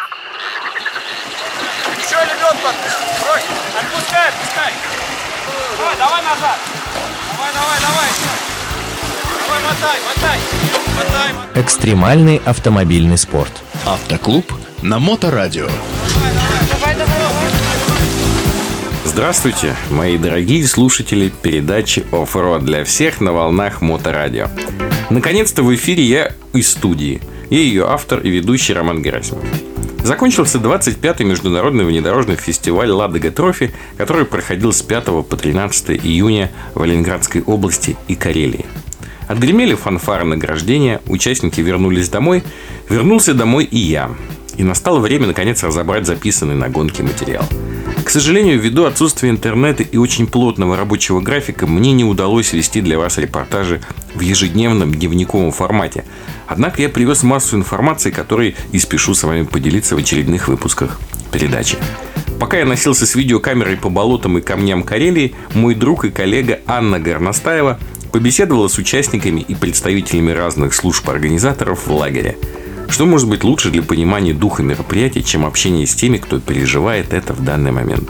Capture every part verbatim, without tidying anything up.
Еще лебедку отпускай. Отпускай, отпускай. Давай, давай назад. Давай, давай, давай. Давай, мотай, мотай. Мотай, мотай. Экстремальный автомобильный спорт. Автоклуб на Моторадио. Давай, давай, давай. Здравствуйте, мои дорогие слушатели передачи «Оффроуд для всех» на волнах Моторадио. Наконец-то в эфире я из студии. Я ее автор и ведущий Роман Герасимов. Закончился двадцать пятый международный внедорожный фестиваль «Ладога Трофи», который проходил с пятого по тринадцатое июня в Ленинградской области и Карелии. Отгремели фанфары награждения, участники вернулись домой, вернулся домой и я. И настало время, наконец, разобрать записанный на гонке материал. К сожалению, ввиду отсутствия интернета и очень плотного рабочего графика, мне не удалось вести для вас репортажи в ежедневном дневниковом формате. Однако я привез массу информации, которой и спешу с вами поделиться в очередных выпусках передачи. Пока я носился с видеокамерой по болотам и камням Карелии, мой друг и коллега Анна Горностаева побеседовала с участниками и представителями разных служб-организаторов в лагере. Что может быть лучше для понимания духа мероприятия, чем общение с теми, кто переживает это в данный момент?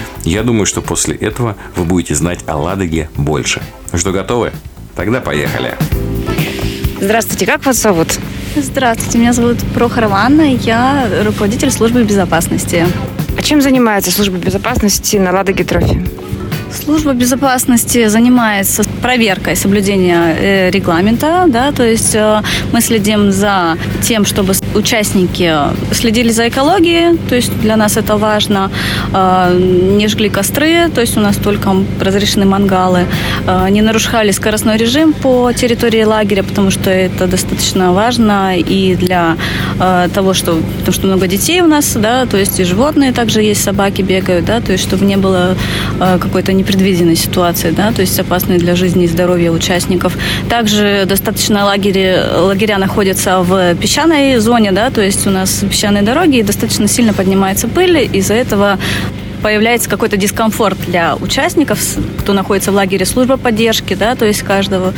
Я думаю, что после этого вы будете знать о Ладоге больше. Ну что, готовы? Тогда поехали. Здравствуйте, как вас зовут? Здравствуйте, меня зовут Прохорова Анна, я руководитель службы безопасности. А чем занимается служба безопасности на Ладоге Трофи? Служба безопасности занимается проверкой соблюдения э, регламента, да, то есть э, мы следим за тем, чтобы участники следили за экологией, то есть для нас это важно, э, не жгли костры, то есть у нас только разрешены мангалы, э, не нарушали скоростной режим по территории лагеря, потому что это достаточно важно и для э, того, что, потому что много детей у нас, да, то есть и животные также есть, собаки бегают, да, то есть чтобы не было э, какой-то непредвиденной ситуации, да, то есть опасной для жизни и здоровья участников. Также достаточно лагеря, лагеря находятся в песчаной зоне, да, то есть у нас песчаные дороги, и достаточно сильно поднимается пыль, из-за этого появляется какой-то дискомфорт для участников, кто находится в лагере, служба поддержки, да, то есть каждого,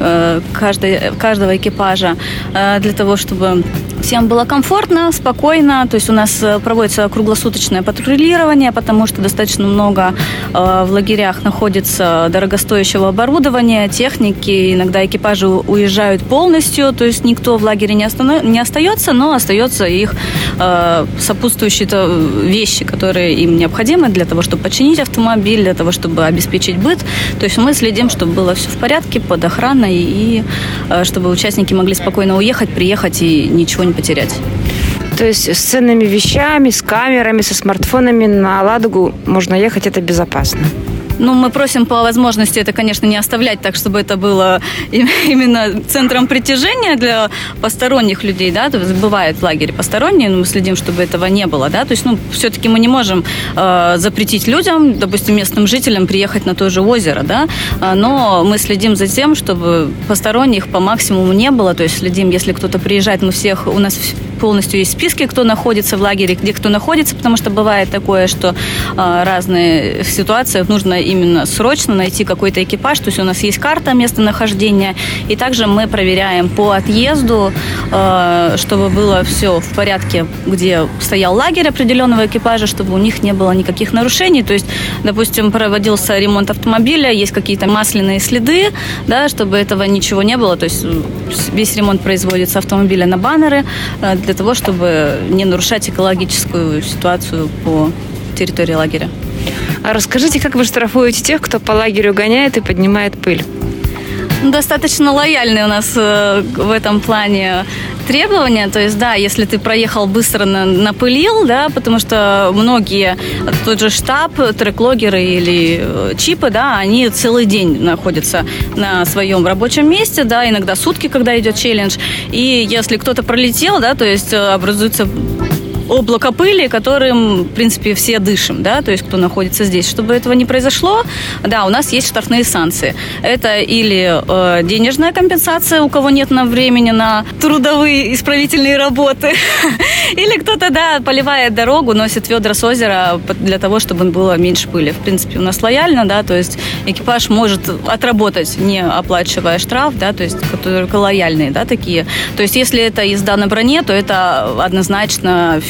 каждый, каждого экипажа, для того, чтобы всем было комфортно, спокойно. То есть у нас проводится круглосуточное патрулирование, потому что достаточно много в лагерях находится дорогостоящего оборудования, техники. Иногда экипажи уезжают полностью, то есть никто в лагере не, останов... не остается, но остаются их сопутствующие вещи, которые им необходимы для того, чтобы починить автомобиль, для того, чтобы обеспечить быт. То есть мы следим, чтобы было все в порядке, под охраной, и чтобы участники могли спокойно уехать, приехать и ничего не потерять. То есть с ценными вещами, с камерами, со смартфонами на Ладогу можно ехать, это безопасно? Ну, мы просим по возможности это, конечно, не оставлять так, чтобы это было именно центром притяжения для посторонних людей, да, то есть бывает в лагере посторонние, но мы следим, чтобы этого не было, да, то есть, ну, все-таки мы не можем э, запретить людям, допустим, местным жителям приехать на то же озеро, да, но мы следим за тем, чтобы посторонних по максимуму не было, то есть следим, если кто-то приезжает, мы всех, у нас полностью есть списки, кто находится в лагере, где кто находится, потому что бывает такое, что э, разные ситуации нужно именно срочно найти какой-то экипаж, то есть у нас есть карта местонахождения, и также мы проверяем по отъезду, э, чтобы было все в порядке, где стоял лагерь определенного экипажа, чтобы у них не было никаких нарушений, то есть, допустим, проводился ремонт автомобиля, есть какие-то масляные следы, да, чтобы этого ничего не было, то есть весь ремонт производится автомобиля на баннеры, э, для того, чтобы не нарушать экологическую ситуацию по территории лагеря. А расскажите, как вы штрафуете тех, кто по лагерю гоняет и поднимает пыль? Достаточно лояльные у нас э, в этом плане требования. То есть, да, если ты проехал быстро, на, напылил, да, потому что многие, тот же штаб, трек-логеры или э, чипы, да, они целый день находятся на своем рабочем месте, да, иногда сутки, когда идет челлендж. И если кто-то пролетел, да, то есть образуется облако пыли, которым, в принципе, все дышим, да, то есть кто находится здесь. Чтобы этого не произошло, да, у нас есть штрафные санкции. Это или э, денежная компенсация, у кого нет на времени на трудовые исправительные работы, или кто-то, да, поливает дорогу, носит ведра с озера для того, чтобы было меньше пыли. В принципе, у нас лояльно, да, то есть экипаж может отработать, не оплачивая штраф, да, то есть которые лояльные, да, такие. То есть если это езда на броне, то это однозначно финансовая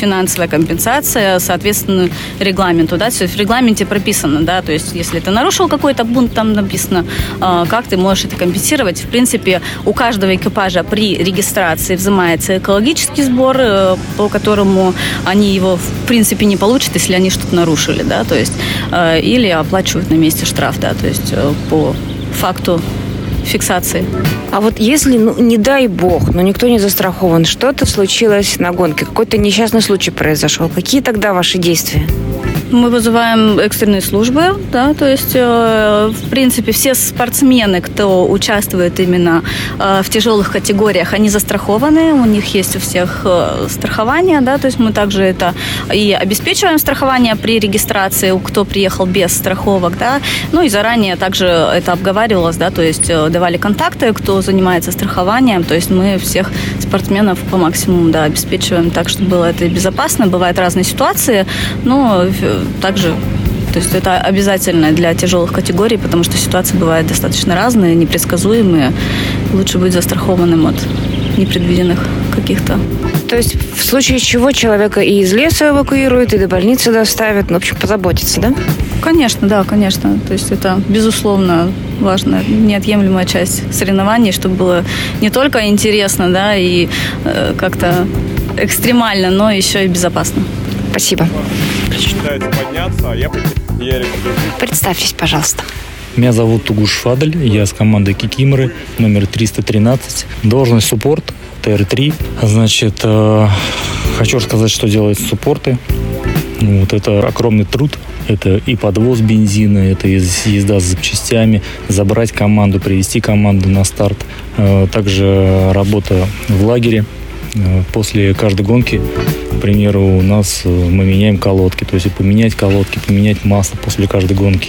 финансовая компенсация, соответственно, регламенту, да, то есть в регламенте прописано, да, то есть если ты нарушил какой-то пункт, там написано, как ты можешь это компенсировать. В принципе, у каждого экипажа при регистрации взимается экологический сбор, по которому они его, в принципе, не получат, если они что-то нарушили, да, то есть, или оплачивают на месте штраф, да, то есть по факту фиксации. А вот если, ну, не дай бог, но никто не застрахован, что-то случилось на гонке, какой-то несчастный случай произошел, какие тогда ваши действия? Мы вызываем экстренные службы, да, то есть, э, в принципе, все спортсмены, кто участвует именно э, в тяжелых категориях, они застрахованы, у них есть у всех э, страхование, да, то есть мы также это и обеспечиваем страхование при регистрации, у кто приехал без страховок, да, ну и заранее также это обговаривалось, да, то есть э, давали контакты, кто занимается страхованием, то есть мы всех спортсменов по максимуму, да, обеспечиваем так, чтобы было это безопасно, бывают разные ситуации, но также, то есть это обязательно для тяжелых категорий, потому что ситуации бывают достаточно разные, непредсказуемые. Лучше быть застрахованным от непредвиденных каких-то. То есть в случае чего человека и из леса эвакуируют, и до больницы доставят, ну, в общем, позаботиться, да? Конечно, да, конечно. То есть это, безусловно, важная, неотъемлемая часть соревнований, чтобы было не только интересно, да, и э, как-то экстремально, но еще и безопасно. Спасибо. Пытается подняться, а я, я Представьтесь, пожалуйста. Меня зовут Тугуш Фадель, я с командой Кикиморы, номер триста тринадцать. Должность суппорт, Т Р три. Значит, э, хочу рассказать, что делают суппорты. Вот, это огромный труд. Это и подвоз бензина, это и езда с запчастями, забрать команду, привести команду на старт. Э, также работа в лагере. Э, после каждой гонки, к примеру, у нас мы меняем колодки. То есть поменять колодки, поменять масло после каждой гонки.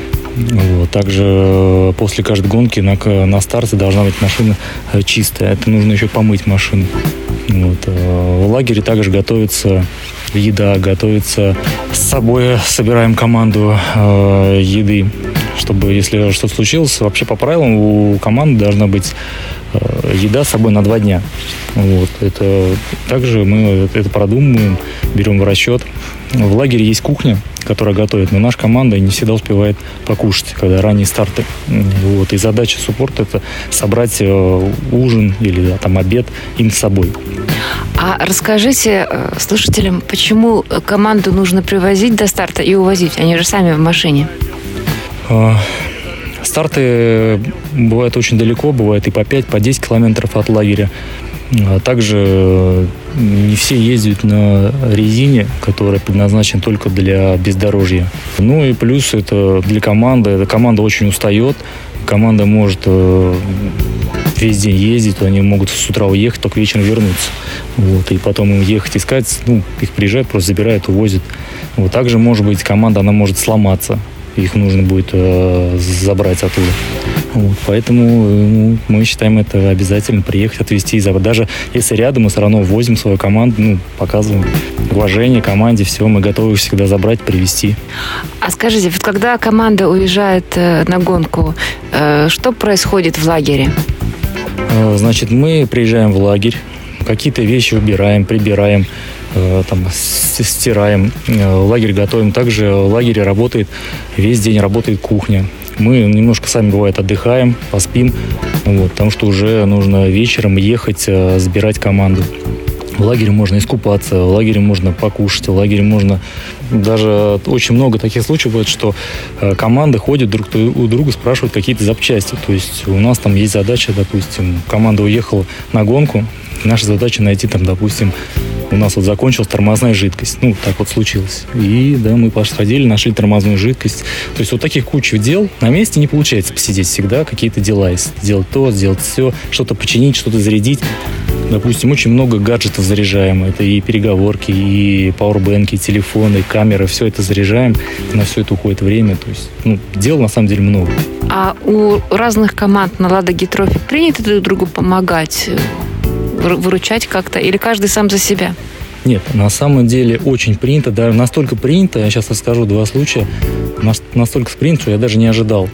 Вот. Также после каждой гонки на, на старте должна быть машина чистая. Это нужно еще помыть машину. Вот. В лагере также готовится еда, готовится с собой, собираем команду э, еды, чтобы, если что-то случилось, вообще по правилам у команды должна быть э, еда с собой на два дня. Вот. Это, также мы это продумываем, берем в расчет. В лагере есть кухня, которая готовит, но наша команда не всегда успевает покушать, когда ранние старты. Вот. И задача суппорта – это собрать э, ужин или да, там, обед им с собой. А расскажите э, слушателям, почему команду нужно привозить до старта и увозить? Они же сами в машине. Э, старты бывают очень далеко, бывают и по пять, по десять километров от лагеря. А также не все ездят на резине, которая предназначена только для бездорожья. Ну и плюс это для команды. Эта команда очень устает. Команда может э, весь день ездить, они могут с утра уехать, только вечером вернуться. Вот, и потом им ехать искать, ну, их приезжают, просто забирают, увозят. Вот, также, может быть, команда, она может сломаться. Их нужно будет э, забрать оттуда. Вот, поэтому ну, мы считаем это обязательно приехать, отвезти. Даже если рядом, мы все равно возим свою команду, ну, показываем уважение команде, все, мы готовы всегда забрать, привезти. А скажите, вот когда команда уезжает э, на гонку, э, что происходит в лагере? Э, значит, мы приезжаем в лагерь, какие-то вещи убираем, прибираем, э, там, стираем, э, лагерь готовим. Также в лагере работает, весь день работает кухня. Мы немножко сами, бывает, отдыхаем, поспим, вот, потому что уже нужно вечером ехать, э, забирать команду. В лагере можно искупаться, в лагере можно покушать, в лагере можно... Даже очень много таких случаев бывает, что э, команды ходят друг у друга, спрашивают какие-то запчасти. То есть у нас там есть задача, допустим, команда уехала на гонку, наша задача найти там, допустим, у нас вот закончилась тормозная жидкость. Ну, так вот случилось. И, да, мы сходили, нашли тормозную жидкость. То есть вот таких кучу дел. На месте не получается посидеть всегда. Какие-то дела есть. Сделать то, сделать все. Что-то починить, что-то зарядить. Допустим, очень много гаджетов заряжаем. Это и переговорки, и пауэрбэнки, и телефоны, и камеры. Все это заряжаем. На все это уходит время. То есть, ну, дел на самом деле много. А у разных команд на Лада Гей-Трофи принято друг другу помогать, выручать как-то? Или каждый сам за себя? Нет, на самом деле очень принято. Даже настолько принято, я сейчас расскажу два случая, настолько принято, что я даже не ожидал.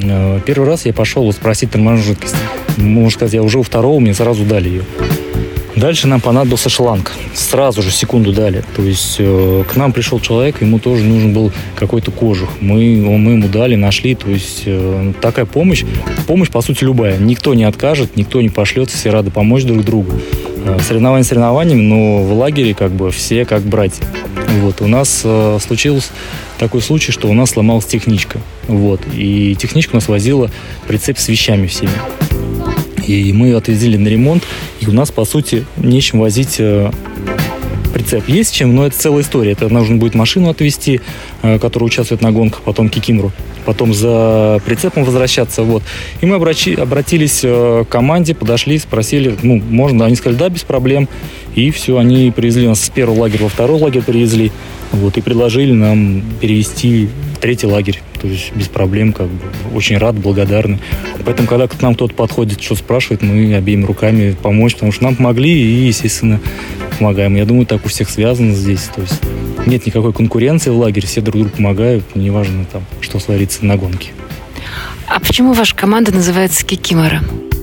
Первый раз я пошел спросить тормозную жидкость. Можно сказать, я уже у второго, мне сразу дали ее. Дальше нам понадобился шланг. Сразу же, секунду дали. То есть э, к нам пришел человек, ему тоже нужен был какой-то кожух. Мы, мы ему дали, нашли. То есть э, такая помощь, помощь, по сути, любая. Никто не откажет, никто не пошлет, все рады помочь друг другу. Э, соревнования соревнованиями, но в лагере как бы все как братья. Вот. У нас э, случился такой случай, что у нас сломалась техничка. Вот. И техничка у нас возила прицеп с вещами всеми. И мы отвезли на ремонт, и у нас, по сути, нечем возить э, прицеп. Есть чем, но это целая история. Это нужно будет машину отвезти, э, которая участвует на гонках, потом кикимору, потом за прицепом возвращаться. Вот. И мы обрати, обратились э, к команде, подошли, спросили, ну, можно? Они сказали, да, без проблем. И все, они привезли нас с первого лагеря во второй лагерь, привезли. Вот, и предложили нам перевести в третий лагерь. То есть без проблем, как бы, очень рад, благодарны. Поэтому, когда к нам кто-то подходит, что спрашивает, мы обеими руками помочь, потому что нам помогли и, естественно, помогаем. Я думаю, так у всех связано здесь. То есть нет никакой конкуренции в лагере, все друг другу помогают, неважно, там, что творится на гонке. А почему ваша команда называется «Кикимора»?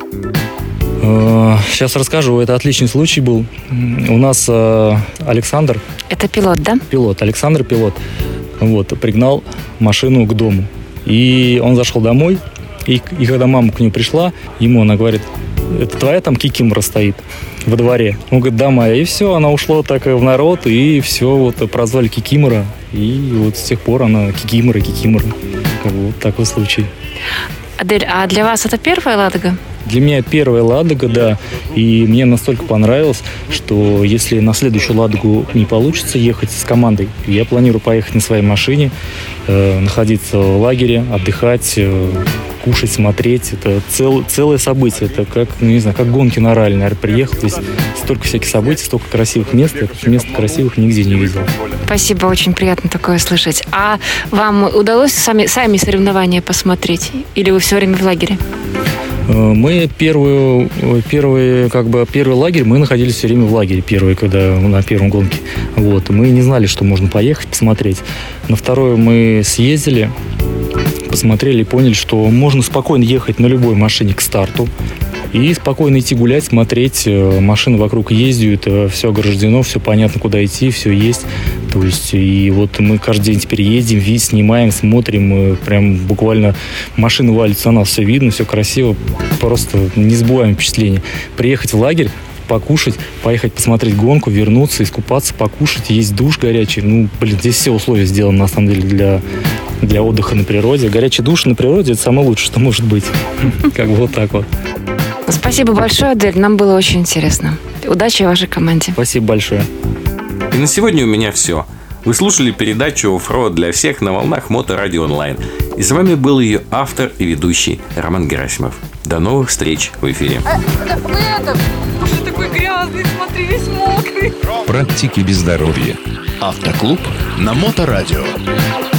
Сейчас расскажу, это отличный случай был. У нас Александр... Это пилот, да? Пилот, Александр пилот. Вот, пригнал машину к дому. И он зашел домой, и, и когда мама к нему пришла, ему она говорит, это твоя там кикимора стоит во дворе? Он говорит, да, моя. И все, она ушла так в народ, и все, вот прозвали кикимора. И вот с тех пор она кикимора, кикимора. Как бы вот такой случай. Адель, а для вас это первая «Ладога»? Для меня первая «Ладога», да, и мне настолько понравилось, что если на следующую «Ладогу» не получится ехать с командой, я планирую поехать на своей машине, э, находиться в лагере, отдыхать, э, кушать, смотреть. Это цел, целое событие, это как, ну, не знаю, как гонки на ралли, наверное, приехал. Здесь столько всяких событий, столько красивых мест, я таких мест красивых нигде не видел. Спасибо, очень приятно такое слышать. А вам удалось сами, сами соревнования посмотреть? Или вы все время в лагере? Мы первую, первый, как бы, первый лагерь, мы находились все время в лагере, первый, когда на первом гонке. Вот. Мы не знали, что можно поехать, посмотреть. На вторую мы съездили, посмотрели и поняли, что можно спокойно ехать на любой машине к старту и спокойно идти гулять, смотреть. Машины вокруг ездят, все ограждено, все понятно, куда идти, все есть. То есть, и вот мы каждый день теперь ездим, видим, снимаем, смотрим, прям буквально машины валятся на нас, все видно, все красиво, просто незабываемое впечатление. Приехать в лагерь, покушать, поехать посмотреть гонку, вернуться, искупаться, покушать, есть душ горячий. Ну, блин, здесь все условия сделаны, на самом деле, для, для отдыха на природе. Горячий душ на природе – это самое лучшее, что может быть. Как бы вот так вот. Спасибо большое, Адель, нам было очень интересно. Удачи вашей команде. Спасибо большое. И на сегодня у меня все. Вы слушали передачу «Оффроуд для всех» на волнах Моторадио Онлайн. И с вами был ее автор и ведущий Роман Герасимов. До новых встреч в эфире. А, да, вы это, уже такой грязный, смотри, весь мокрый. Практики без здоровья. Автоклуб на Моторадио.